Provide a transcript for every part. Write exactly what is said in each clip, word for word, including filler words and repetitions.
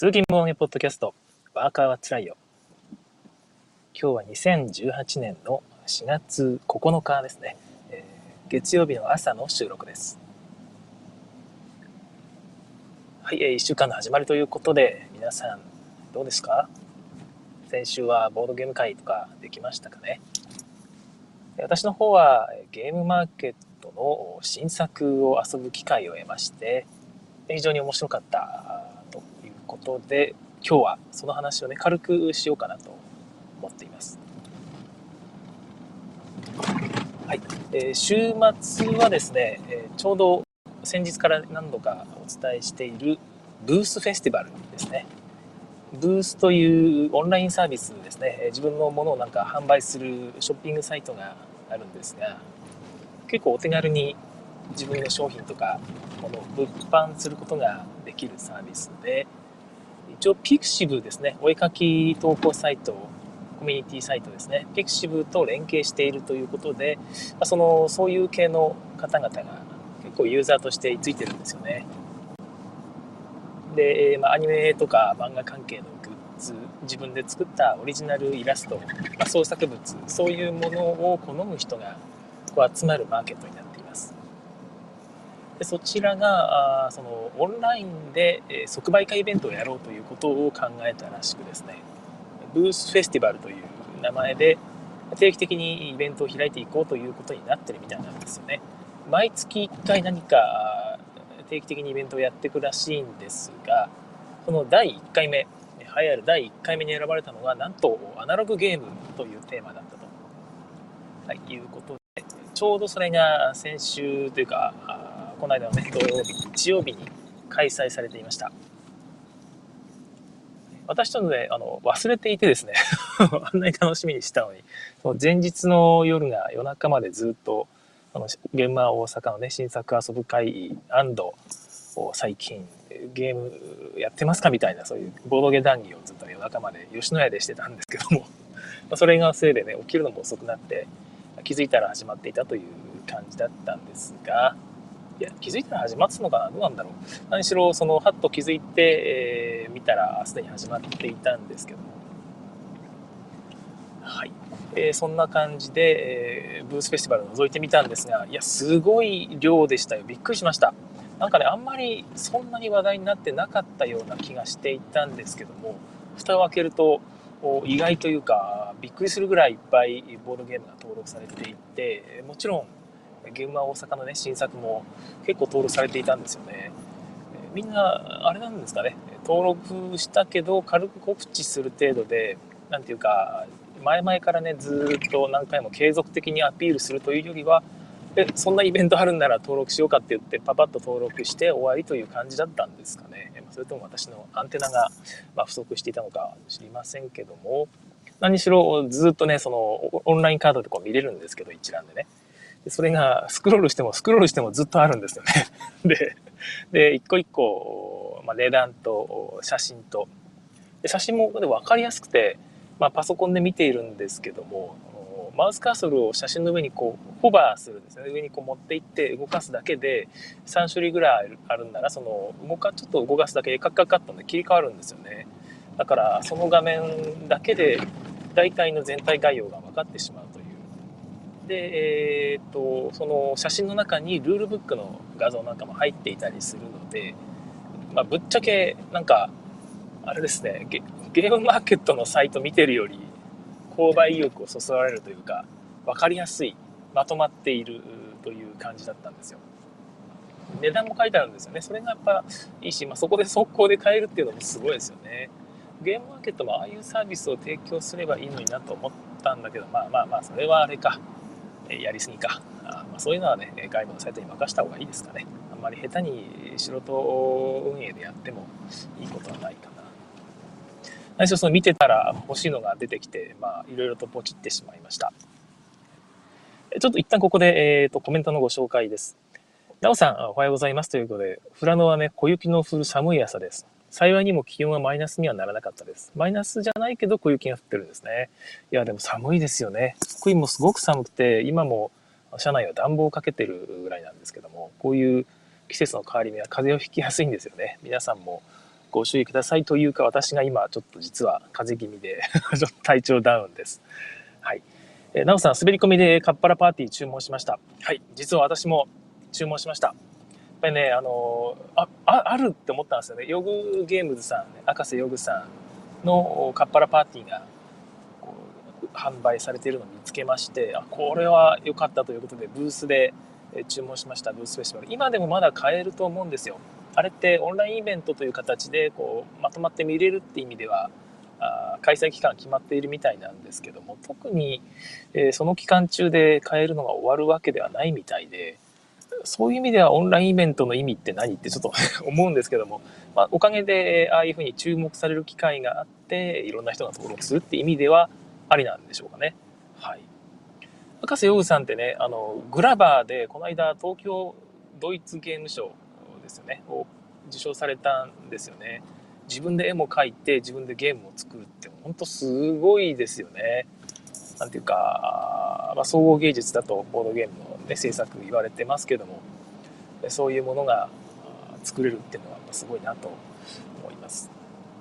通勤もめポッドキャスト、ワーカーはつらいよ。今日はにせんじゅうはちねんのしがつここのかですね、えー、月曜日の朝の収録です。はい、えー、いっしゅうかんの始まりということで、皆さんどうですか？先週はボードゲーム会とかできましたかね？私の方はゲームマーケットの新作を遊ぶ機会を得まして、非常に面白かったということで、今日はその話をね軽くしようかなと思っています。はい、えー、週末はですね、えー、ちょうど先日から何度かお伝えしているブースフェスティバルですね。ブースというオンラインサービスですね。自分のものをなんか販売するショッピングサイトがあるんですが、結構お手軽に自分の商品とかものを物販することができるサービスで、一応ピクシブですね、お絵かき投稿サイト、コミュニティサイトですね、ピクシブと連携しているということで、そのそういう系の方々が結構ユーザーとしてついてるんですよね。で、まあ、アニメとか漫画関係のグッズ、自分で作ったオリジナルイラスト、まあ、創作物、そういうものを好む人がこう集まるマーケットになっています。でそちらがあそのオンラインで即売会イベントをやろうということを考えたらしくですね、ブースフェスティバルという名前で定期的にイベントを開いていこうということになってるみたいなんですよね。毎月いっかい何か定期的にイベントをやっていくらしいんですが、このだいいっかいめ、栄えあるだいいっかいめに選ばれたのがなんとアナログゲームというテーマだったと、はい、いうことで、ちょうどそれが先週というかこの間の、ね、土曜日日曜日に開催されていました。私とね、あの忘れていてですねあんなに楽しみにしたのに、その前日の夜が夜中までずっとあのゲームマ大阪のね新作遊ぶ会最近ゲームやってますかみたいな、そういうボードゲ談義をずっと夜中まで吉野家でしてたんですけどもそれがせいでね起きるのも遅くなって気づいたら始まっていたという感じだったんですが、いや気づいたら始まってたのかな、どうなんだろう。何しろそのハッと気づいて、えー、見たらすでに始まっていたんですけども、はい、えー、そんな感じで、えー、ブースフェスティバルを覗いてみたんですが、いやすごい量でしたよ。びっくりしました。なんかね、あんまりそんなに話題になってなかったような気がしていたんですけども、蓋を開けると意外というかびっくりするぐらいいっぱいボードゲームが登録されていて、もちろんゲームは大阪のね新作も結構登録されていたんですよね。みんなあれなんですかね、登録したけど軽く告知する程度で、なんていうか前々からねずっと何回も継続的にアピールするというよりは、えそんなイベントあるんなら登録しようかって言ってパパッと登録して終わりという感じだったんですかね。それとも私のアンテナが不足していたのか知りませんけども、何しろずっとねそのオンラインカードでこう見れるんですけど、一覧でね、それがスクロールしてもスクロールしてもずっとあるんですよねでで一個一個、まあ、値段と写真と、で写真も分かりやすくて、まあ、パソコンで見ているんですけども、マウスカーソルを写真の上にこうホバーするんですね。上にこう持っていって動かすだけでさん種類ぐらいあるんなら、その動かちょっと動かすだけでカッカッカッと切り替わるんですよね。だからその画面だけで大体の全体概要が分かってしまうという。で、えー、とその写真の中にルールブックの画像なんかも入っていたりするので、まあ、ぶっちゃけなんかあれですね、 ゲ, ゲームマーケットのサイト見てるより購買意欲をそそられるというか、分かりやすい、まとまっているという感じだったんですよ。値段も書いてあるんですよね。それがやっぱいいし、まあ、そこで速攻で買えるっていうのもすごいですよね。ゲームマーケットもああいうサービスを提供すればいいのになと思ったんだけど、まあまあまあそれはあれか、やりすぎか。あ、まあ、そういうのはね外部のサイトに任せた方がいいですかね。あんまり下手に素人運営でやってもいいことはないかな。最初その見てたら欲しいのが出てきて、まあいろいろとポチってしまいました。ちょっと一旦ここで、えー、とコメントのご紹介です。なおさん、おはようございますということで、富良野はね小雪の降る寒い朝です。幸いにも気温はマイナスにはならなかったです。マイナスじゃないけど小雪が降ってるんですね。いやでも寒いですよね。福井もすごく寒くて、今も車内は暖房をかけてるぐらいなんですけども、こういう季節の変わり目は風邪をひきやすいんですよね。皆さんもご注意くださいというか、私が今ちょっと実は風邪気味でちょっと体調ダウンです。はい。えー、なおさん、滑り込みでカッパラパーティー注文しました。はい。実は私も注文しました。やっぱりね、あのー、あ、あ、あるって思ったんですよね。ヨグゲームズさん、ね、赤瀬ヨグさんのカッパラパーティーがこう販売されているのを見つけまして、あ、これは良かったということで、ブースで注文しました。ブースフェスティバル。今でもまだ買えると思うんですよ。あれってオンラインイベントという形でこうまとまって見れるって意味では、あ、開催期間決まっているみたいなんですけども、特に、えーその期間中で買えるのが終わるわけではないみたいで、そういう意味ではオンラインイベントの意味って何ってちょっと思うんですけども、まあ、おかげでああいうふうに注目される機会があっていろんな人が登録するって意味ではありなんでしょうかね。はい。赤瀬洋具さんってね、あのグラバーでこの間東京ドイツゲームショーですよねを受賞されたんですよね。自分で絵も描いて自分でゲームを作るって本当すごいですよね。なんていうか、まあ、総合芸術だとボードゲームの、ね、制作言われてますけども、そういうものが作れるっていうのはすごいなと思います。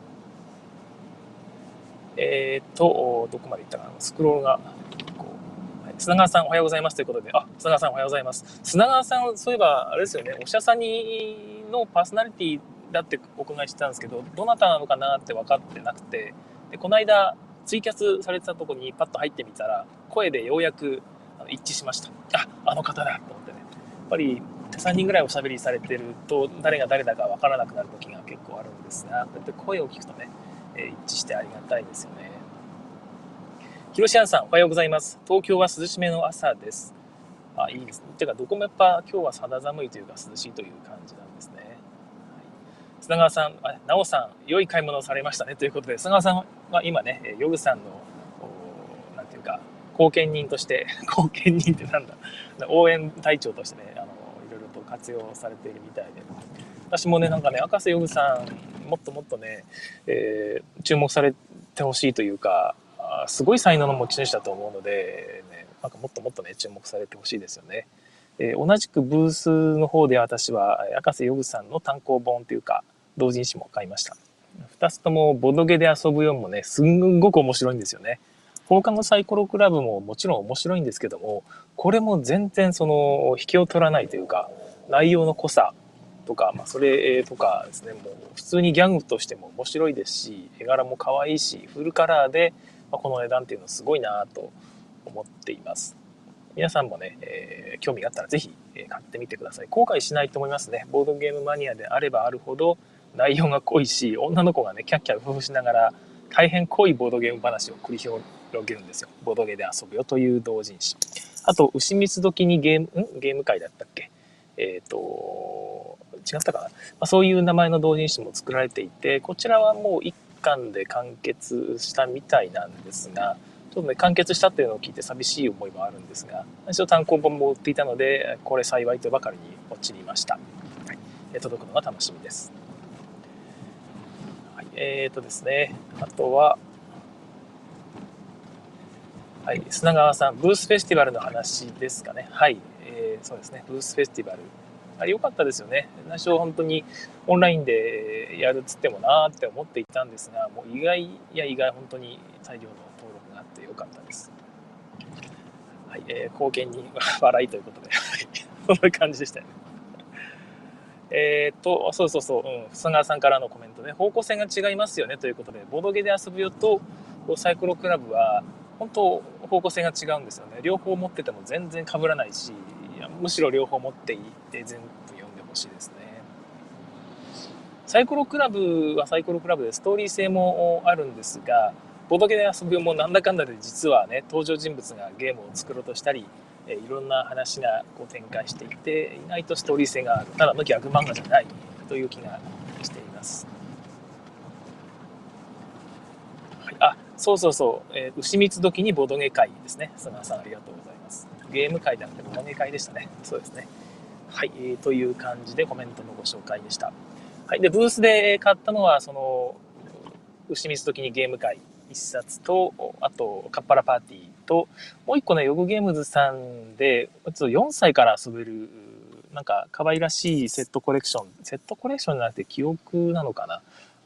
えっ、ー、と、どこまでいったかな、スクロールがこう、はい、砂川さんおはようございますということで、あ、砂川さんおはようございます。砂川さん、そういえばあれですよね、おしゃさにのパーソナリティだってお伺いしてたんですけど、どなたなのかなって分かってなくて、でこの間ツイキャスされてたところにパッと入ってみたら、声でようやく一致しました。あ、あの方だと思ってね。やっぱりさんにんぐらいおしゃべりされてると誰が誰だか分からなくなる時が結構あるんですが、こうやって声を聞くとね、一致してありがたいですよね。ひろしあんさんおはようございます。東京は涼しめの朝です。あ、いいですね。てかどこもやっぱ今日は肌寒いというか涼しいという感じなんですね。はい、砂川さん、あ、なおさん良い買い物をされましたねということで、砂川さんは今ねヨグさんのなんていうか貢献人として貢献人ってなんだ応援隊長としてね、あのいろいろと活用されているみたいで、私もねなんかね赤瀬ヨグさんもっともっとね、えー、注目されてほしいというか、すごい才能の持ち主だと思うので、ね、なんかもっともっとね注目されてほしいですよね。えー、同じくブースの方で私は赤瀬ヨグさんの単行本というか同人誌も買いました。ふたつともボドゲで遊ぶよもねすんごく面白いんですよね。放課後サイコロクラブももちろん面白いんですけども、これも全然その引けを取らないというか、内容の濃さとか、まあ、それとかですね、もう普通にギャングとしても面白いですし、絵柄も可愛いし、フルカラーで、まあ、この値段っていうのはすごいなと思っています。皆さんもね、えー、興味があったらぜひ買ってみてください。後悔しないと思いますね。ボードゲームマニアであればあるほど内容が濃いし、女の子がねキャッキャウフフしながら大変濃いボードゲーム話を繰り広げるんですよ。ボードゲーで遊ぶよという同人誌。あと牛蜜時にゲームんゲーム会だったっけ、えっ、ー、と違ったかな、まあ、そういう名前の同人誌も作られていて、こちらはもう一巻で完結したみたいなんですが、ちょっとね完結したっていうのを聞いて寂しい思いもあるんですが、一応単行本も売っていたのでこれ幸いとばかりに陥りました。はい、届くのが楽しみです。はい、えーとですね、あとは、はい、砂川さん、ブースフェスティバルの話ですかね。はい、えー、そうですね、ブースフェスティバル。あれ良かったですよね。最初本当にオンラインでやるっつってもなーって思っていたんですが、もう意外や意外本当に大量の登録があって良かったです。はい、えー、貢献に笑いということで、そんな感じでしたよね。えー、っと、そうそうそう、うん、砂川さんからのコメントね、方向性が違いますよねということで、ボードゲで遊ぶよとサイクロクラブは、本当方向性が違うんですよね。両方持ってても全然被らないし、むしろ両方持っていって全部読んでほしいですね。サイコロクラブはサイコロクラブでストーリー性もあるんですが、ボードゲで遊ぶよもなんだかんだで実はね、登場人物がゲームを作ろうとしたり、いろんな話がこう展開していて、意外とストーリー性がある、ただのギャグ漫画じゃないという気がしています。はい、あ、そうそうそう、えー、牛蜜時にボドゲ会ですね。砂川さんありがとうございます。ゲーム会でなくてボドゲ会でしたね。そうですね。はい、えー、という感じでコメントのご紹介でした。はい、でブースで買ったのはその牛蜜時にゲーム会いっさつと、あとカッパラパーティーと、もう一個ねヨグゲームズさんでよんさいから遊べるなんか可愛らしいセットコレクション、セットコレクションじゃなくて記憶なのかな、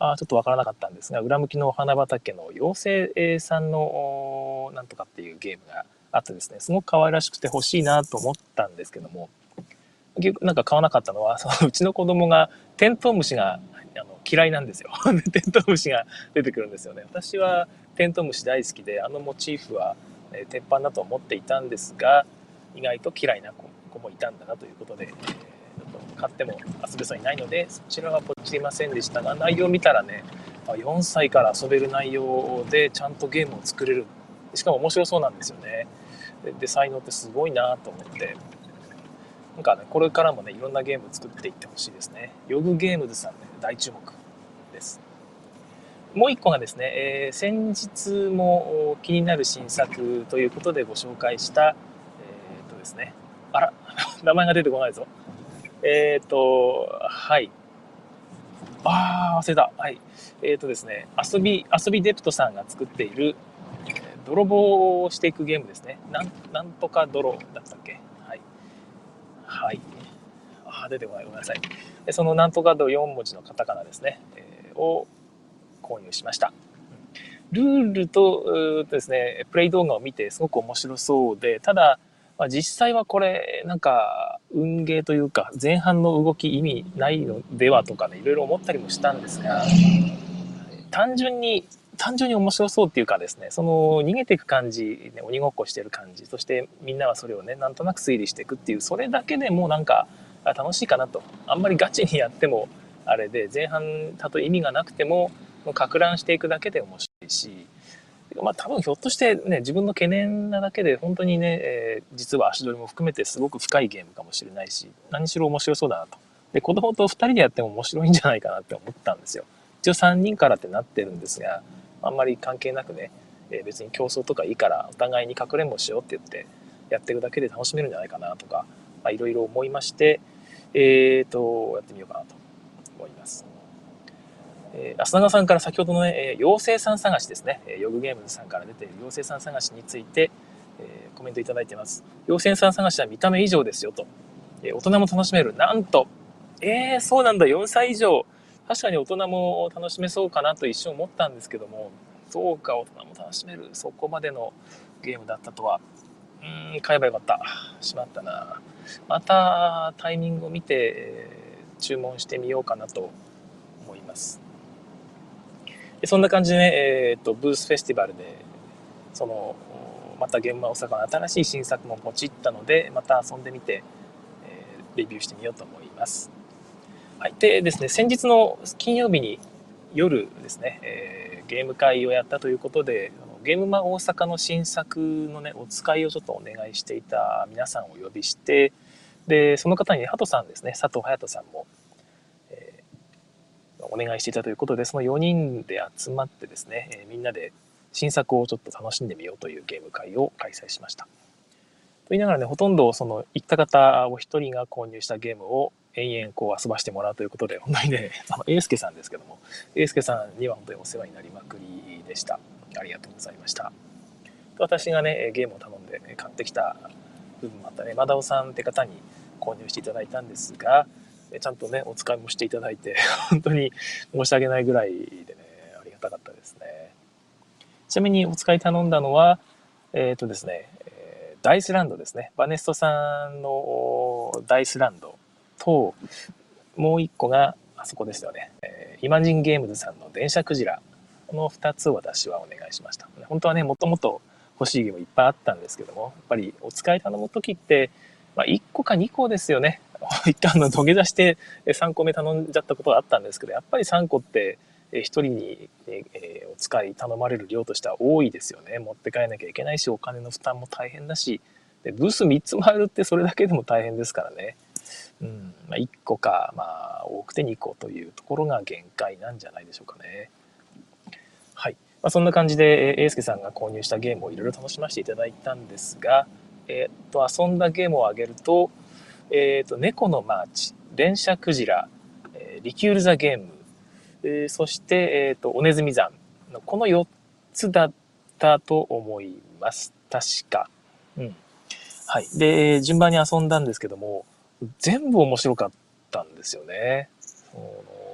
あちょっとわからなかったんですが、裏向きのお花畑の妖精さんのなんとかっていうゲームがあってですね、すごく可愛らしくて欲しいなと思ったんですけども、結局なんか買わなかったのは、そのうちの子供がテントウムシがあの嫌いなんですよ。テントウムシが出てくるんですよね。私はテントウムシ大好きで、あのモチーフは、えー、鉄板だと思っていたんですが、意外と嫌いな子もいたんだなということで、えー、ちょっと買っても遊べそうにないので、そちらはポチりませんでしたが、内容を見たらね、よんさいから遊べる内容でちゃんとゲームを作れる。しかも面白そうなんですよね。で、で才能ってすごいなと思って、なんかね、これからもね、いろんなゲームを作っていってほしいですね。ヨグゲームズさんね、大注目です。もう一個がですね、えー、先日も気になる新作ということでご紹介した、えー、っとですね、あら、名前が出てこないぞ。えー、っと、はい。あー、忘れた。はい。えー、っとですね、遊び、遊びデプトさんが作っている、えー泥棒をしていくゲームですね。なん、なんとか泥だったっけ。はい。はい。あ、出てこない。ごめんなさい。でそのなんとかドよん文字のカタカナですね、えー、を購入しました。ルールとですね、プレイ動画を見てすごく面白そうで、ただ、まあ、実際はこれ、なんか、運ゲーというか、前半の動き意味ないのではとかね、いろいろ思ったりもしたんですが、単純に、単純に面白そうっていうかですね、その逃げていく感じ、ね、鬼ごっこしてる感じ、そしてみんなはそれをね、なんとなく推理していくっていう、それだけでもうなんか、楽しいかなと。あんまりガチにやっても、あれで、前半、たとえ意味がなくても、か乱していくだけで面白いし、まあ多分ひょっとしてね、自分の懸念なだけで、本当にね、えー、実は足取りも含めてすごく深いゲームかもしれないし、何しろ面白そうだなと。で、子供とふたりでやっても面白いんじゃないかなって思ったんですよ。一応さんにんからってなってるんですが、あんまり関係なくね、えー、別に競争とかいいからお互いにかくれんぼしようって言ってやっていくだけで楽しめるんじゃないかなとか、いろいろ思いまして、えーと、やってみようかなと思います。えー、安永さんから先ほどのね、えー、妖精さん探しですね、えー、ヨグゲームズさんから出ている妖精さん探しについて、えー、コメントいただいています。妖精さん探しは見た目以上ですよと。えー、大人も楽しめる。なんと、えー、そうなんだ、よんさい以上。確かに大人も楽しめそうかなと一瞬思ったんですけども、そうか、大人も楽しめる、そこまでのゲームだったとは。うーん、買えばよかった。しまったな。またタイミングを見て、えー、注文してみようかなと思います。でそんな感じでね、えーと、ブースフェスティバルで、その、また現場大阪の新しい新作もポチったので、また遊んでみて、えー、レビューしてみようと思います。はい。でですね、先日の金曜日に夜ですね、えー、ゲーム会をやったということで、ゲームマ大阪の新作のね、お使いをちょっとお願いしていた皆さんをお呼びして、で、その方にハトさんですね、佐藤隼人さんも、えー、お願いしていたということで、そのよにんで集まってですね、えー、みんなで新作をちょっと楽しんでみようというゲーム会を開催しました。と言いながらね、ほとんどその行った方お一人が購入したゲームを延々こう遊ばしてもらうということで、本当にね、あの、英介さんですけども、英介さんには本当にお世話になりまくりでした。ありがとうございました。私がね、ゲームを頼んで買ってきた部分もあったね、マダオさんって方に購入していただいたんですが、ちゃんとね、お使いもしていただいて、本当に申し訳ないぐらいでね、ありがたかったですね。ちなみにお使い頼んだのは、えっとですね、ダイスランドですね。バネストさんのダイスランドと、もう一個が、あそこですよね。えー、イマジンゲームズさんの電車クジラ。この二つを私はお願いしました。本当はね、もともと欲しいゲームいっぱいあったんですけども、やっぱりお使い頼むときって、まあ、いっこかにこですよね。一旦の土下座してさんこめ頼んじゃったことがあったんですけど、やっぱりさんこってひとりに、えー、お使い頼まれる量としては多いですよね。持って帰らなきゃいけないし、お金の負担も大変だし、でブースみっつ回るってそれだけでも大変ですからね。うんまあ、いっこか、まあ、多くてにこというところが限界なんじゃないでしょうかね。はい。まあ、そんな感じで、えー、英介さんが購入したゲームをいろいろ楽しませていただいたんですが、えー、っと、遊んだゲームを挙げると、えー、っと、猫のマーチ、電車クジラ、えー、リキュールザゲーム、えー、そして、えー、っと、おねずみ山のこのよっつだったと思います。確か。うん。はい。で、順番に遊んだんですけども、全部面白かったんですよね。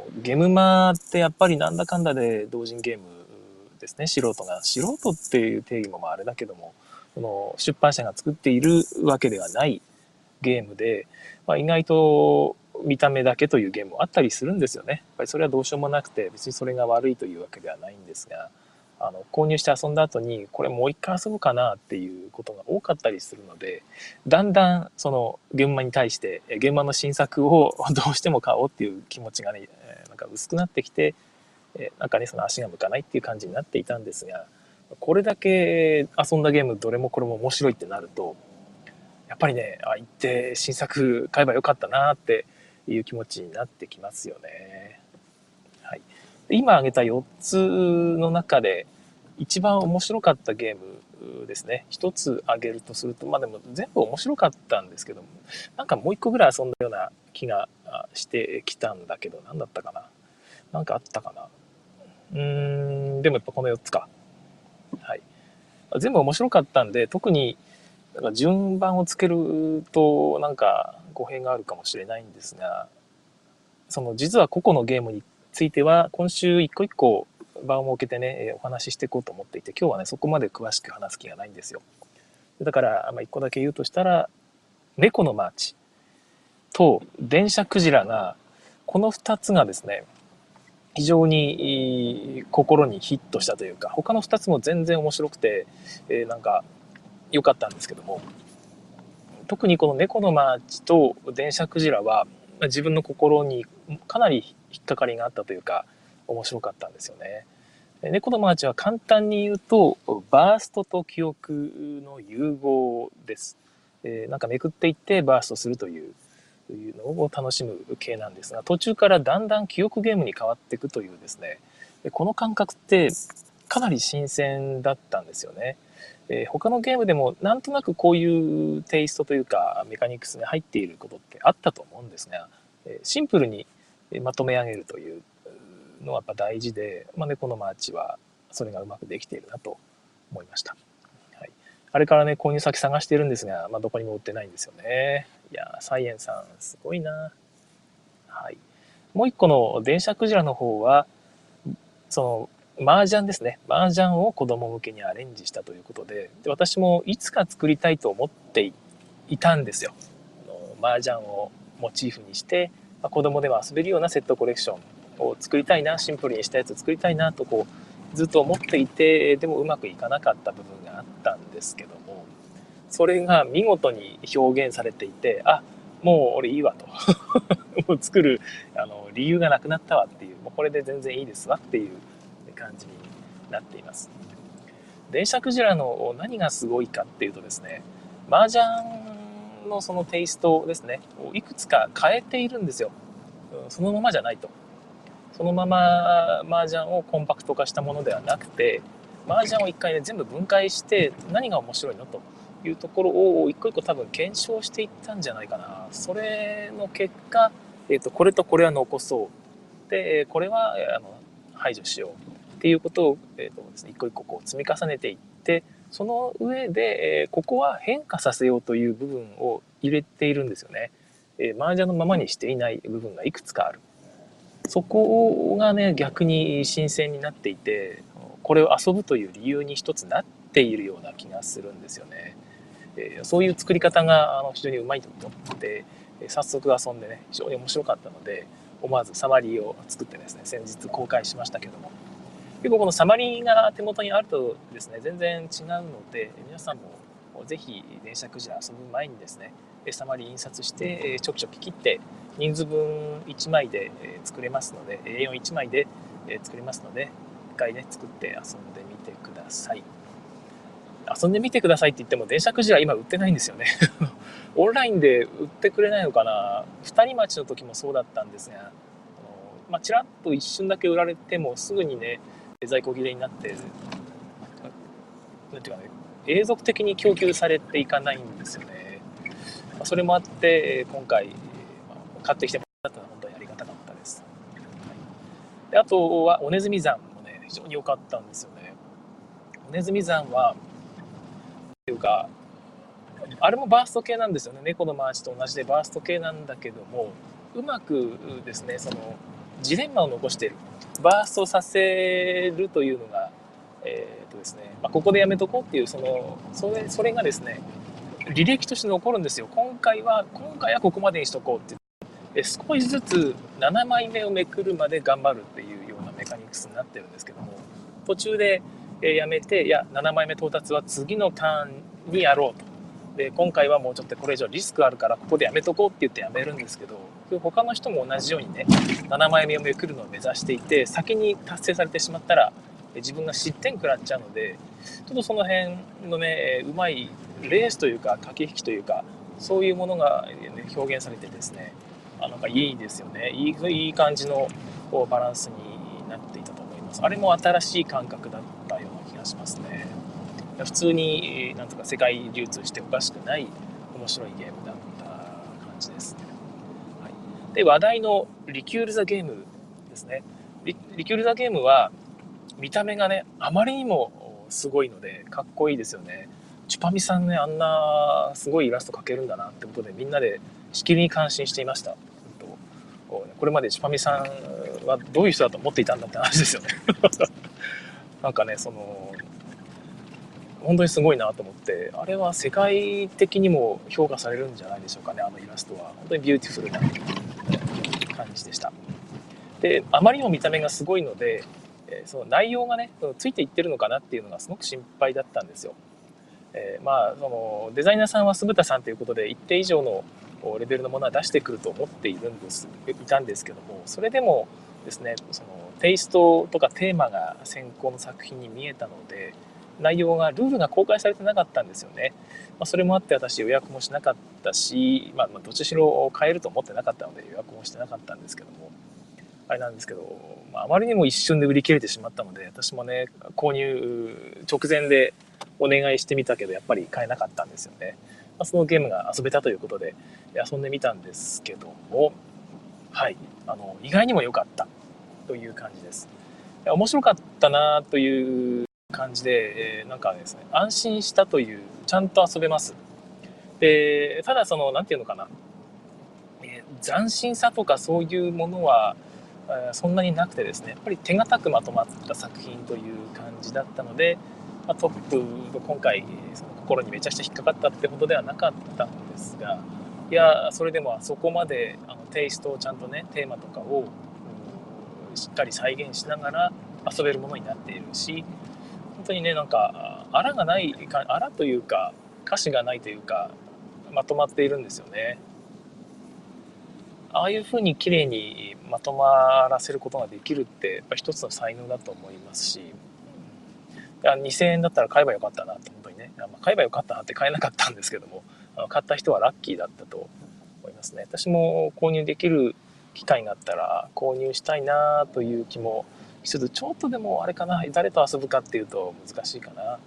ゲームマってやっぱりなんだかんだで同人ゲームですね。素人が素人っていう定義もまああれだけども、その出版社が作っているわけではないゲームで、まあ、意外と見た目だけというゲームもあったりするんですよね。やっぱりそれはどうしようもなくて、別にそれが悪いというわけではないんですが、あの購入して遊んだ後にこれもう一回遊ぶかなっていうことが多かったりするので、だんだんその現場に対して現場の新作をどうしても買おうっていう気持ちがね、なんか薄くなってきて、なんかねその足が向かないっていう感じになっていたんですが、これだけ遊んだゲームどれもこれも面白いってなると、やっぱりね、あ、行って新作買えばよかったなっていう気持ちになってきますよね。はい、今挙げたよっつの中で一番面白かったゲームですね。一つ挙げるとすると、まあでも全部面白かったんですけども、なんかもう一個ぐらい遊んだような気がしてきたんだけど、何だったかな。なんかあったかな。うーん、でもやっぱこのよっつか。はい。全部面白かったんで、特になんか順番をつけるとなんか語弊があるかもしれないんですが、その実は個々のゲームについては今週一個一個場を設けてねお話ししていこうと思っていて、今日はねそこまで詳しく話す気がないんですよ。だからまあ一個だけ言うとしたら、猫のマーチと電車クジラが、このふたつがですね非常に心にヒットしたというか、他のふたつも全然面白くて、えー、なんか良かったんですけども、特にこの猫のマーチと電車クジラは自分の心にかなり引っかかりがあったというか、面白かったんですよね。猫のマーチは簡単に言うとバーストと記憶の融合です。えー、なんかめくっていってバーストするといういうのを楽しむ系なんですが、途中からだんだん記憶ゲームに変わっていくというですね、この感覚ってかなり新鮮だったんですよね。えー、他のゲームでもなんとなくこういうテイストというかメカニクスが入っていることってあったと思うんですが、シンプルにまとめ上げるというのはやっぱ大事で、まあ、猫のマーチはそれがうまくできているなと思いました。はい、あれからね購入先探しているんですが、まあ、どこにも売ってないんですよね。いやサイエンさんすごいな。はい、もう一個の電車クジラの方はその麻雀ですね。麻雀を子供向けにアレンジしたということで、で私もいつか作りたいと思っていたんですよ。あの麻雀をモチーフにして、まあ、子供でも遊べるようなセットコレクションを作りたいな、シンプルにしたやつを作りたいなとこうずっと思っていて、でもうまくいかなかった部分があったんですけども、それが見事に表現されていて、あ、もう俺いいわともう作るあの理由がなくなったわっていう、もうこれで全然いいですわっていう感じになっています。電車クジラの何がすごいかっていうとですね、麻雀のそのテイストですねをいくつか変えているんですよ。そのままじゃないと。そのまま麻雀をコンパクト化したものではなくて、麻雀を一回ね全部分解して何が面白いのというところを一個一個多分検証していったんじゃないかな。それの結果、えーと、これとこれは残そうで、これはあの排除しようっていうことを、えーとですね、一個一個こう積み重ねていって、その上で、えー、ここは変化させようという部分を入れているんですよね。えー、麻雀のままにしていない部分がいくつかある。そこがね逆に新鮮になっていて、これを遊ぶという理由に一つなっているような気がするんですよね。えー、そういう作り方があの非常にうまいと思って、早速遊んでね非常に面白かったので、思わずサマリーを作ってですね先日公開しましたけども、結構このサマリーが手元にあるとですね全然違うので、皆さんもぜひ電車クジラ遊ぶ前にですねサマリー印刷してちょきちょき切って人数分いちまいで作れますので、 エーよんいち 枚で作れますので、一回ね作って遊んでみてください。遊んでみてくださいって言っても電車クジラ今売ってないんですよねオンラインで売ってくれないのかな。二人待ちの時もそうだったんですが、あの、まあ、ちらっと一瞬だけ売られてもすぐにね在庫切れになって、なんていうかね、永続的に供給されていかないんですよね。まあ、それもあって今回、まあ、買ってきてもらったのは本当にありがたかったです。はい、であとは尾ネズミ山もね非常に良かったんですよね。尾ネズミ山はっていうか、あれもバースト系なんですよね。猫のマーチと同じでバースト系なんだけども、うまくですねそのジレンマを残している。バーストさせるというのが、えーとですねまあ、ここでやめとこうっていうそのそれそれがですね履歴として残るんですよ。今回は今回はここまでにしとこうってえ少しずつななまいめをめくるまで頑張るっていうようなメカニクスになってるんですけども、途中でやめて、いやななまいめ到達は次のターンにやろうと。で今回はもうちょっとこれ以上リスクあるからここでやめとこうって言ってやめるんですけど、他の人も同じようにねななまいめをめくるのを目指していて、先に達成されてしまったら自分が失点食らっちゃうので、ちょっとその辺のねうまいレースというか駆け引きというか、そういうものが表現されてですね、あなんかいいですよね。いいいい感じのこうバランスになっていたと思います。あれも新しい感覚だったような気がしますね。普通になんとか世界流通しておかしくない面白いゲームだった感じです、はい、で話題のリキュール・ザ・ゲームですね。 リ, リキュール・ザ・ゲームは見た目がねあまりにもすごいのでかっこいいですよね。チュパミさんねあんなすごいイラスト描けるんだなってことでみんなでしきりに感心していました。これまでチュパミさんはどういう人だと思っていたんだって話ですよねなんかねその本当にすごいなと思って、あれは世界的にも評価されるんじゃないでしょうかね。あのイラストは本当にビューティフルな感じでした。であまりにも見た目がすごいので、その内容がねついていってるのかなっていうのがすごく心配だったんですよ。えー、まあそのデザイナーさんは酢豚さんということで一定以上のレベルのものは出してくると思っているんですいたんですけども、それでもですねそのテイストとかテーマが先行の作品に見えたので、内容がルールが公開されてなかったんですよね。まあ、それもあって私予約もしなかったし、まあ、どっちしろ買えると思ってなかったので予約もしてなかったんですけども、あれなんですけど、まあ、あまりにも一瞬で売り切れてしまったので、私もね購入直前でお願いしてみたけどやっぱり買えなかったんですよね。まあ、そのゲームが遊べたということで遊んでみたんですけども、はいあの意外にも良かったという感じです。面白かったなという感じで、えー、なんかですね安心したという、ちゃんと遊べます。でただそのなんていうのかな、えー、斬新さとかそういうものは、えー、そんなになくてですね、やっぱり手堅くまとまった作品という感じだったので、まあ、トップ今回その心にめちゃくちゃ引っかかったってほどではなかったんですが、いやそれでもあそこまであのテイストをちゃんとねテーマとかをしっかり再現しながら遊べるものになっているし、本当にねなんかあらがないあらというか歌詞がないというかまとまっているんですよね。ああいう風に綺麗にまとまらせることができるってやっぱ一つの才能だと思いますし、いやにせんえんだったら買えばよかったなと本当にね、まあ、買えばよかったなって買えなかったんですけども、あの買った人はラッキーだったと思いますね。私も購入できる機会があったら購入したいなという気もしつつ、ちょっとでもあれかな、誰と遊ぶかっていうと難しいかな。うん、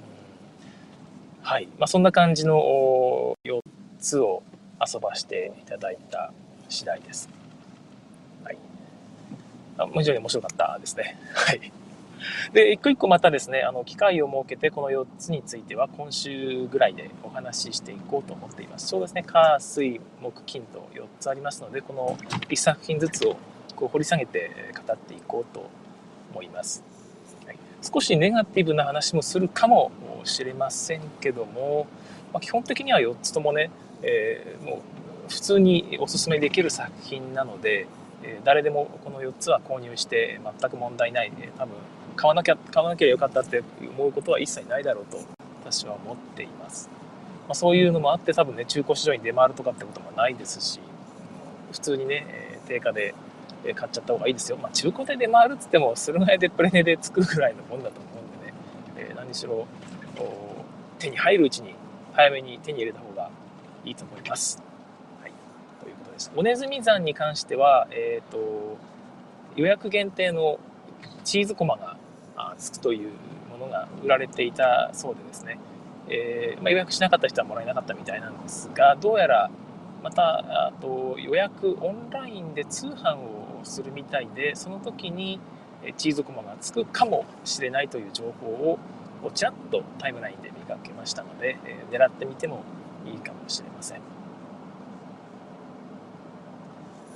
はい、まあ、そんな感じのよっつを遊ばしていただいた次第です。はい、あ非常に面白かったですね。はい。で、一個一個またですね、あの機会を設けてこのよっつについては今週ぐらいでお話ししていこうと思っています。そうですね、火水木金とよっつありますので、このいっさく品ずつをこう掘り下げて語っていこうと思います。はい、少しネガティブな話もするかもしれませんけども、まあ、基本的にはよっつともね、えー、もう普通におすすめできる作品なので、えー、誰でもこのよっつは購入して全く問題ないで、多分買わなきゃ買わなきゃよかったって思うことは一切ないだろうと私は思っています。まあ、そういうのもあって多分ね中古市場に出回るとかってこともないですし、普通にね定価で買っちゃった方がいいですよ。まあ、中古で出回るっつっても駿河屋でプレネでつくぐらいのもんだと思うんでね、えー、何しろ手に入るうちに早めに手に入れた方がいいと思います。はい、ということです。尾根積山に関しては、えーと、予約限定のチーズコマがつくというものが売られていたそうでですね、えーまあ、予約しなかった人はもらえなかったみたいなんですが、どうやらまたあと予約オンラインで通販をするみたいで、その時にチーズコマがつくかもしれないという情報をちらっとタイムラインで見かけましたので、えー、狙ってみてもいいかもしれません。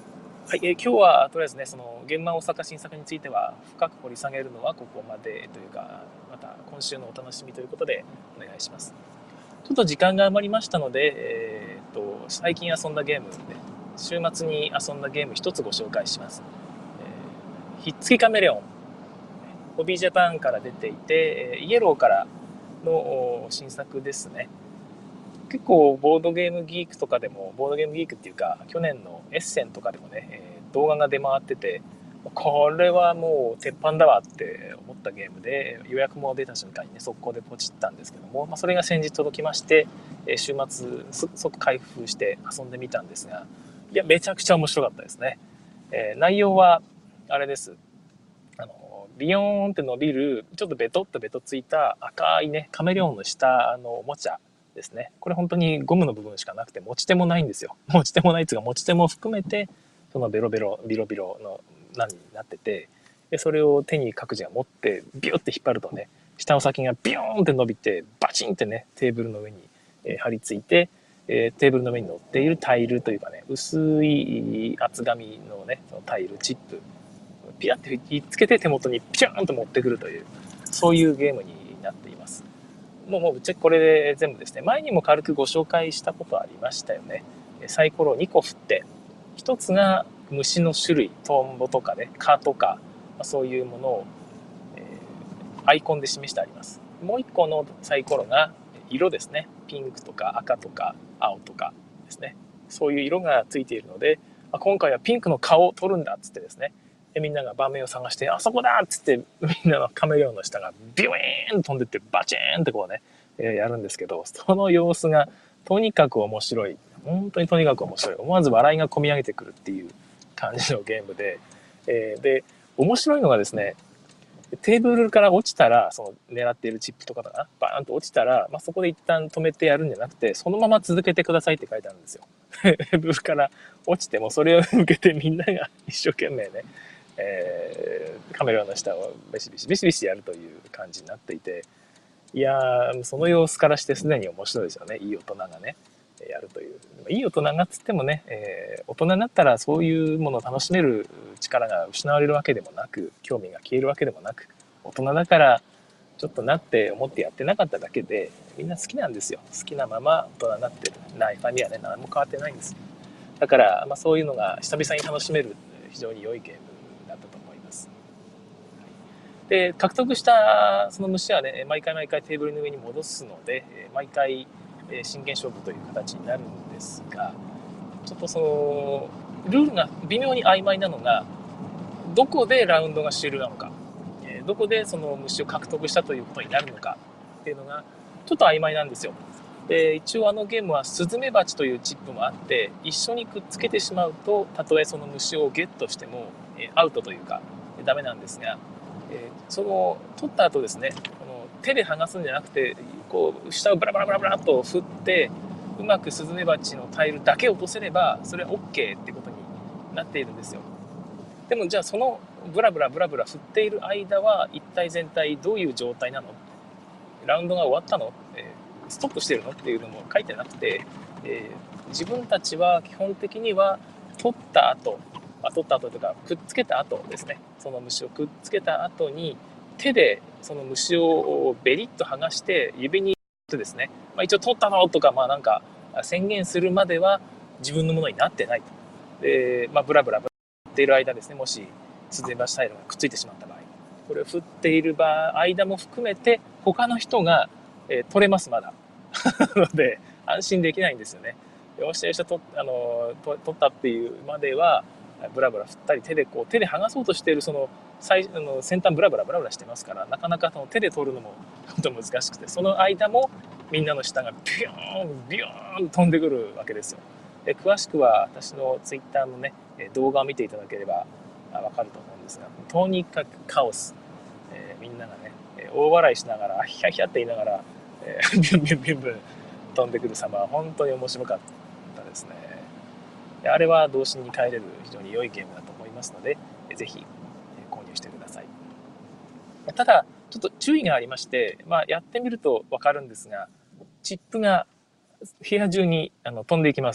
はい、えー今日はとりあえずね、その現場大阪新作については深く掘り下げるのはここまでというか、また今週のお楽しみということでお願いします。ちょっと時間が余りましたので、えーっと最近遊んだゲームで、週末に遊んだゲーム一つご紹介します。えーひっつきカメレオン、ホビージャパンから出ていて、イエローからの新作ですね。結構ボードゲームギークとかでも、ボードゲームギークっていうか、去年のエッセンとかでもね、えー動画が出回ってて、これはもう鉄板だわって思ったゲームで、予約も出た瞬間にね、速攻でポチったんですけども、まあ、それが先日届きまして、えー週末即開封して遊んでみたんですが、いや、めちゃくちゃ面白かったですね。えー内容は、あれです。あの、ビヨーンって伸びる、ちょっとベトっとベトついた赤いね、カメレオンの下のおもちゃですね。これ本当にゴムの部分しかなくて、持ち手もないんですよ。持ち手もないっていうか、持ち手も含めて、そのベロベロ、ビロビロの何になってて、で、それを手に各自が持って、ビューって引っ張るとね、下の先がビヨーンって伸びて、バチンってね、テーブルの上に、えー張り付いて、えーテーブルの上に乗っているタイルというかね、薄い厚紙のね、そのタイル、チップ、ピヤッて引っつけて手元にピューンと持ってくるという、そういうゲームになっています。もう、もうぶっちゃけこれで全部ですね。前にも軽くご紹介したことありましたよね。サイコロをにこ振って、ひとつが虫の種類、トンボとかね、蚊とか、そういうものを、えーアイコンで示してあります。もういっこのサイコロが色ですね。ピンクとか赤とか青とかですね。そういう色がついているので、今回はピンクの顔を取るんだっつってですね。でみんなが場面を探して、あそこだっつってみんなのカメレオンの下がビューンと飛んでってバチーンってこうね、えーやるんですけど、その様子がとにかく面白い。本当にとにかく面白い。思わず笑いがこみ上げてくるっていう感じのゲームで、えーで、面白いのがですね、テーブルから落ちたら、その狙っているチップとかだな、バーンと落ちたら、まあ、そこで一旦止めてやるんじゃなくて、そのまま続けてくださいって書いてあるんですよ。テーブルから落ちても、それを向けてみんなが一生懸命ね、えーカメラの下をビシビシビシビシやるという感じになっていて、いやー、その様子からしてすでに面白いですよね。いい大人がね、やるという。いい大人がつってもね、えー大人になったらそういうものを楽しめる力が失われるわけでもなく、興味が消えるわけでもなく、大人だからちょっとなって思ってやってなかっただけで、みんな好きなんですよ。好きなまま大人になってる。中身はね、何も変わってないんです。だから、まあ、そういうのが久々に楽しめる非常に良いゲームだったと思います。で、獲得したその虫はね、毎回毎回テーブルの上に戻すので、毎回真剣勝負という形になるんですが、ちょっとその、ルールが微妙に曖昧なのが、どこでラウンドが終了なのか、どこでその虫を獲得したということになるのかっていうのが、ちょっと曖昧なんですよ。で、一応あのゲームはスズメバチというチップもあって、一緒にくっつけてしまうと、たとえその虫をゲットしても、えアウトというか、ダメなんですが、えその取った後ですね、この手で剥がすんじゃなくて、こう下をブラブラブラブラっと振って、うまくスズメバチのタイルだけ落とせれば、それは OK ってことになっているんですよ。でもじゃあそのブラブラブラブラ振っている間は一体全体どういう状態なの、ラウンドが終わったの、えーストップしてるのっていうのも書いてなくて、えー自分たちは基本的には取った後、あ取った後というかくっつけた後ですね、その虫をくっつけた後に手でその虫をベリッと剥がして指にですね、まあ、一応取ったのとか、まあなんか宣言するまでは自分のものになってないと。で、まあ、ブラブラブラっている間ですね、もしスズメバチタイルがくっついてしまった場合、これを振っている場間も含めて他の人が、えー取れますまだので安心できないんですよね。よしよしとあの取ったっていうまではブラブラ振ったり手でこう手で剥がそうとしているその最あの先端ブラブラブラブラしてますから、なかなかその手で取るのもちょっと難しくて、その間もみんなの下がビューンビューン飛んでくるわけですよ。で詳しくは私のツイッターのね動画を見ていただければわかると思うんですが、とにかくカオス、えーみんながね大笑いしながらヒャヒャって言いながら、えー、ビュンビュンビュンビュン飛んでくる様は本当に面白かったですね。であれは童心に帰れる非常に良いゲームだと思いますので、ぜひ購入してください。ただちょっと注意がありまして、まあ、やってみると分かるんですが、チップが部屋中にあの飛んでいきます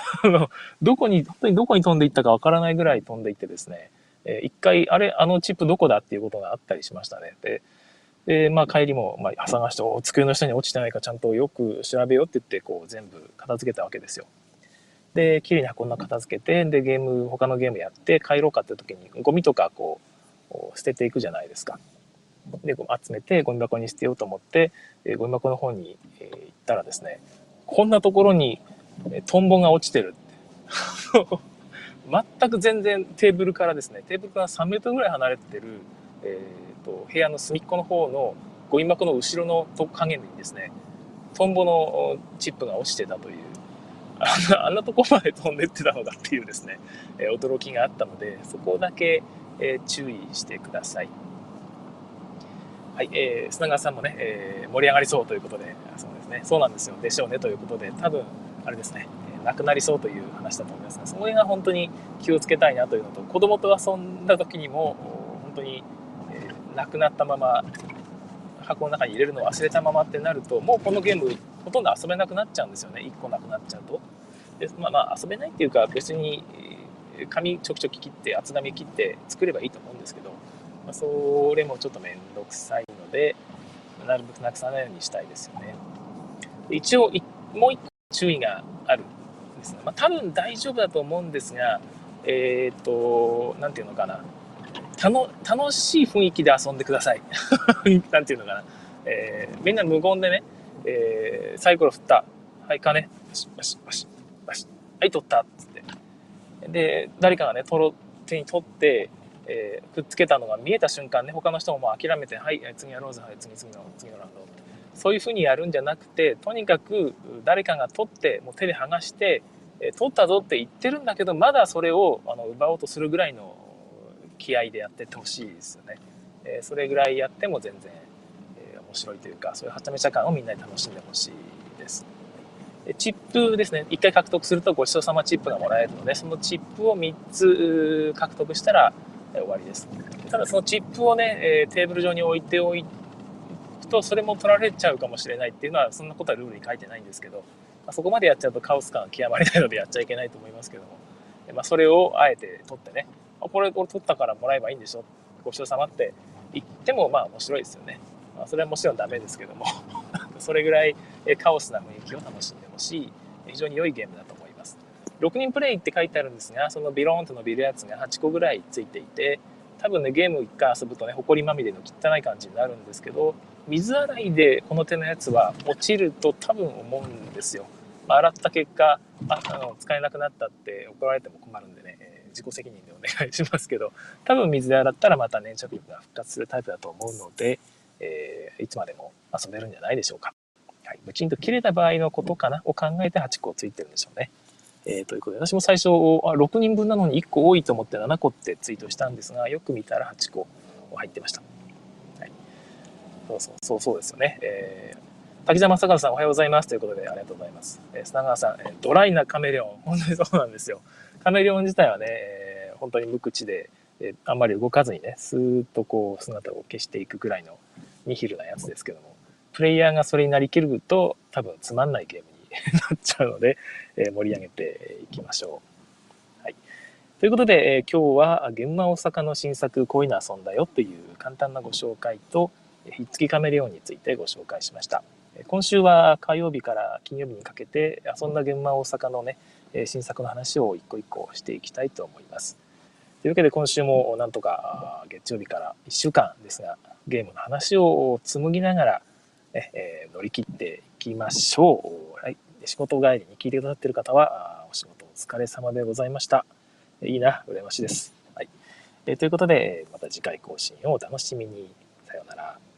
あのどこに、本当にどこに飛んでいったかわからないぐらい飛んでいってですね、えー一回、あれ、あのチップどこだっていうことがあったりしましたね。で、でまあ、帰りも、まあ、探して、お机の下に落ちてないかちゃんとよく調べようって言って、こう、全部片付けたわけですよ。で、綺麗に運んだ片付けて、で、ゲーム、他のゲームやって帰ろうかっていう時に、ゴミとかこう、捨てていくじゃないですか。で、集めてゴミ箱に捨てようと思って、えーゴミ箱の方に、えー行ったらですね、こんなところに、えートンボが落ちてるって。全く全然テーブルからですね、テーブルからさんメートルぐらい離れてる、えーと、部屋の隅っこの方のゴミ箱の後ろの影にですね、トンボのチップが落ちてたという、あんな、あんなとこまで飛んでってたのだっていうですね、えー驚きがあったので、そこだけ、えー注意してください。はい、えー、砂川さんもね、えー盛り上がりそうということで、そうですね、そうなんですよ、でしょうねということで、多分、あれですね、えーなくなりそうという話だと思いますが、それが本当に気をつけたいなというのと、子供と遊んだ時にも、本当に、えーなくなったまま、箱の中に入れるのを忘れたままってなると、もうこのゲーム、ほとんど遊べなくなっちゃうんですよね、いっこなくなっちゃうと。でまあまあ、遊べないっていうか、別に、えー紙ちょきちょき切って、厚紙切って作ればいいと思うんですけど、まあ、それもちょっとめんどくさいので、なるべくなくさないようにしたいですよね。一応、もう一個注意があるんですね。まあ、多分大丈夫だと思うんですが、えっ、と、なんていうのかな。たの楽しい雰囲気で遊んでください。なんていうのかな。えーみんな無言でね、えーサイコロ振った。はい、金。バシバシバシバシ。はい、取った。つって。で、誰かがね、取ろ手に取って、えーくっつけたのが見えた瞬間ね、他の人ももう諦めて、はい、次やろうぜ、はい、次、次の、次のラウンド。そういう風にやるんじゃなくて、とにかく誰かが取って、もう手で剥がして、えー取ったぞって言ってるんだけど、まだそれをあの奪おうとするぐらいの気合でやってってほしいですよね。えーそれぐらいやっても全然、えー面白いというか、そういうはちゃめちゃ感をみんなに楽しんでほしいです。チップですね、いっかい獲得するとごちそうさまチップがもらえるので、そのチップをみっつ獲得したら終わりです。ただそのチップをね、テーブル上に置いておくと、それも取られちゃうかもしれないっていうのは、そんなことはルールに書いてないんですけど、そこまでやっちゃうとカオス感は極まりないのでやっちゃいけないと思いますけども、まあ、それをあえて取ってね、これ、これ取ったからもらえばいいんでしょ、ごちそうさまって言っても、まあ面白いですよね。まあ、それはもちろんダメですけども、それぐらいカオスな雰囲気を楽しんでほしい、非常に良いゲームだと思います。ろくにんプレイって書いてあるんですが、そのビローンと伸びるやつがはちこぐらいついていて、多分ね、ゲームいっかい遊ぶとね、ほこりまみれの汚い感じになるんですけど、水洗いでこの手のやつは落ちると多分思うんですよ。まあ、洗った結果、ああの使えなくなったって怒られても困るんでね、えー自己責任でお願いしますけど、多分水で洗ったらまた粘着力が復活するタイプだと思うので、えーいつまでも遊べるんじゃないでしょうか。はい、ブチンと切れた場合のことかなを考えてはちこついてるんでしょうね。えー、ということで、私も最初あ、ろくにんぶんなのにいっこ多いと思ってななこってツイートしたんですが、よく見たらはちこ入ってました。はい、そうそうそうそうですよね。えー、滝沢正和さんおはようございますということでありがとうございます。えー、砂川さん、えー、ドライなカメレオン、本当にそうなんですよ。カメレオン自体はね、えー、本当に無口で、えー、あんまり動かずにね、スーッとこう姿を消していくぐらいのニヒルなやつですけども、プレイヤーがそれになりきると多分つまんないゲームになっちゃうので、えー、盛り上げていきましょう。はい、ということで、えー、今日は現場大阪の新作こういうの遊んだよという簡単なご紹介と、ひっつきカメレオンについてご紹介しました。今週は火曜日から金曜日にかけて遊んだ現場大阪のね、新作の話を一個一個していきたいと思います。というわけで今週もなんとか月曜日からいっしゅうかんですが、ゲームの話を紡ぎながら、えー、乗り切っていきましょう。はい、仕事帰りに聞いてくださっている方はお仕事お疲れ様でございました。いいな、羨ましいです。はい、えー、ということでまた次回更新をお楽しみに。さようなら。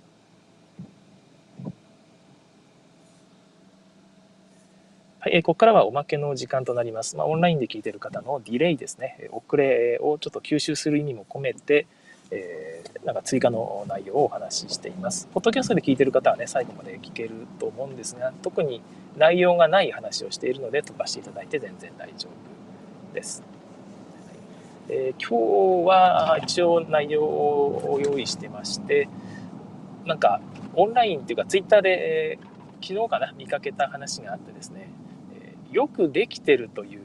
はい、ここからはおまけの時間となります。まあ、オンラインで聞いている方のディレイですね、遅れをちょっと吸収する意味も込めて、えー、なんか追加の内容をお話ししています。ポッドキャストで聞いている方はね、最後まで聞けると思うんですが、特に内容がない話をしているので飛ばしていただいて全然大丈夫です。はい、えー、今日は一応内容を用意してまして、なんかオンラインっていうかツイッターで、えー、昨日かな見かけた話があってですね、よくできてるという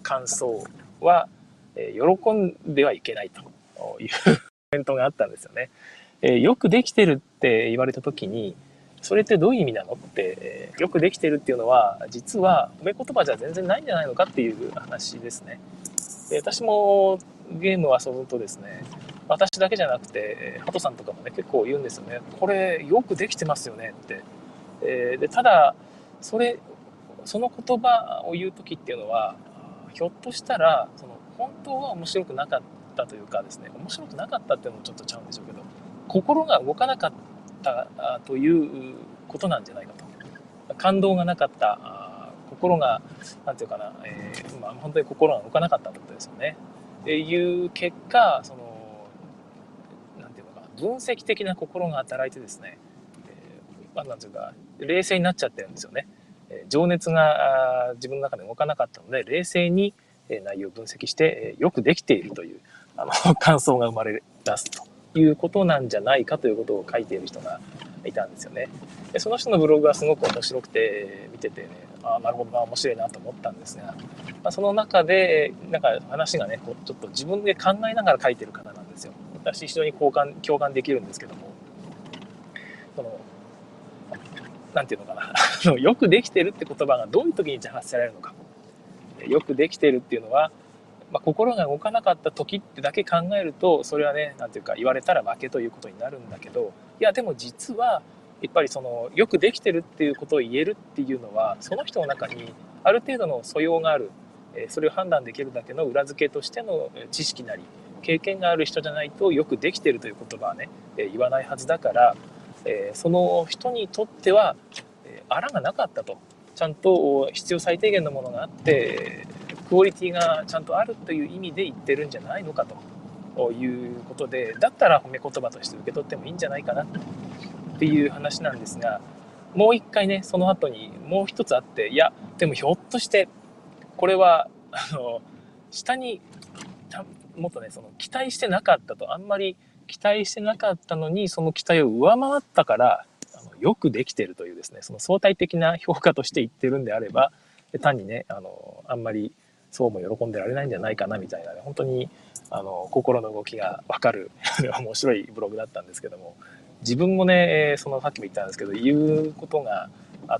感想は、えー、喜んではいけないというコメントがあったんですよね。えー、よくできてるって言われた時に、それってどういう意味なのって、えー、よくできてるっていうのは実は褒め言葉じゃ全然ないんじゃないのかっていう話ですね。で、私もゲームを遊ぶとですね、私だけじゃなくてハトさんとかもね結構言うんですよね。これよくできてますよねって。えー、でただそれその言葉を言う時っていうのはひょっとしたらその本当は面白くなかったというかですね、面白くなかったっていうのもちょっとちゃうんでしょうけど、心が動かなかったということなんじゃないかと。感動がなかった、心がなんていうかな、えーまあ、本当に心が動かなかったってことですよね。っていう結果、そのなんていうのか分析的な心が働いてですね、えーまあ、なんていうか冷静になっちゃってるんですよね。情熱が自分の中で動かなかったので冷静に内容を分析してよくできているというあの感想が生まれ出すということなんじゃないかということを書いている人がいたんですよね。でその人のブログはすごく面白くて見ててね、ああなるほどな面白いなと思ったんですが、まあ、その中でなんか話がねこうちょっと自分で考えながら書いてる方なんですよ。私非常に共感共感できるんですけども、そのなんていうのかなよくできてるって言葉がどういう時に発せられるのか。よくできてるっていうのは、まあ、心が動かなかった時ってだけ考えるとそれはねなんていうか言われたら負けということになるんだけど、いやでも実はやっぱりそのよくできてるっていうことを言えるっていうのはその人の中にある程度の素養がある、それを判断できるだけの裏付けとしての知識なり経験がある人じゃないとよくできてるという言葉はね言わないはずだから、その人にとってはあらがなかったと、ちゃんと必要最低限のものがあってクオリティがちゃんとあるという意味で言ってるんじゃないのかということで、だったら褒め言葉として受け取ってもいいんじゃないかなっていう話なんですが、もう一回ねその後にもう一つあって、いやでもひょっとしてこれはあの下にもっとねその期待してなかったと、あんまり期待してなかったのにその期待を上回ったからあのよくできてるというですね、その相対的な評価として言ってるんであれば、単にねあのあんまりそうも喜んでられないんじゃないかなみたいなね、本当にあの心の動きが分かる面白いブログだったんですけども、自分もねそのさっきも言ったんですけど言うことがあって、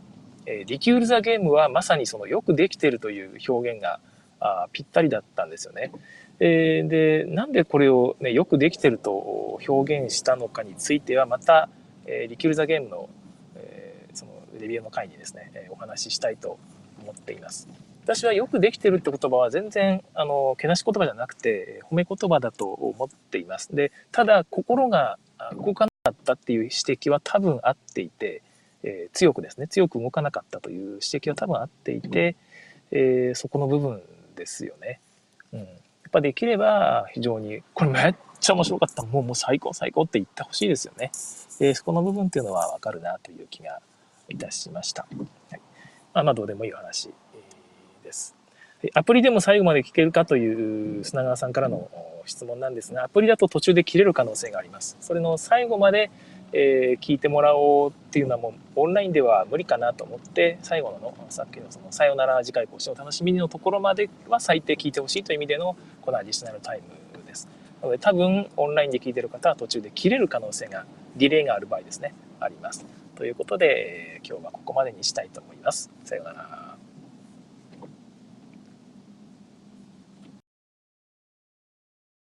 リキュール・ザ・ゲームはまさにそのよくできてるという表現があぴったりだったんですよね。えー、でなんでこれを、ね、よくできてると表現したのかについてはまた、えー、リキュール・ザ・ゲームの、えー、そのレビューの回にですね、えー、お話ししたいと思っています。私はよくできてるって言葉は全然あのけなし言葉じゃなくて褒め言葉だと思っています。でただ心が動かなかったっていう指摘は多分あっていて、えー、強くですね強く動かなかったという指摘は多分あっていて、えー、そこの部分ですよね。うん、やっぱできれば非常にこれめっちゃ面白かった、もうもう最高最高って言ってほしいですよね。えー、そこの部分っていうのは分かるなという気がいたしました。はい、まあ、まあどうでもいい話です。アプリでも最後まで聞けるかという砂川さんからの質問なんですが、アプリだと途中で切れる可能性があります。それの最後まで、えー、聞いてもらおうっていうのはもうオンラインでは無理かなと思って、最後のさっきのそのさよなら次回更新お楽しみにのところまでは最低聞いてほしいという意味でのこのアディショナルタイムです。なので多分オンラインで聞いてる方は途中で切れる可能性が、ディレイがある場合ですね、あります。ということで今日はここまでにしたいと思います。さようなら。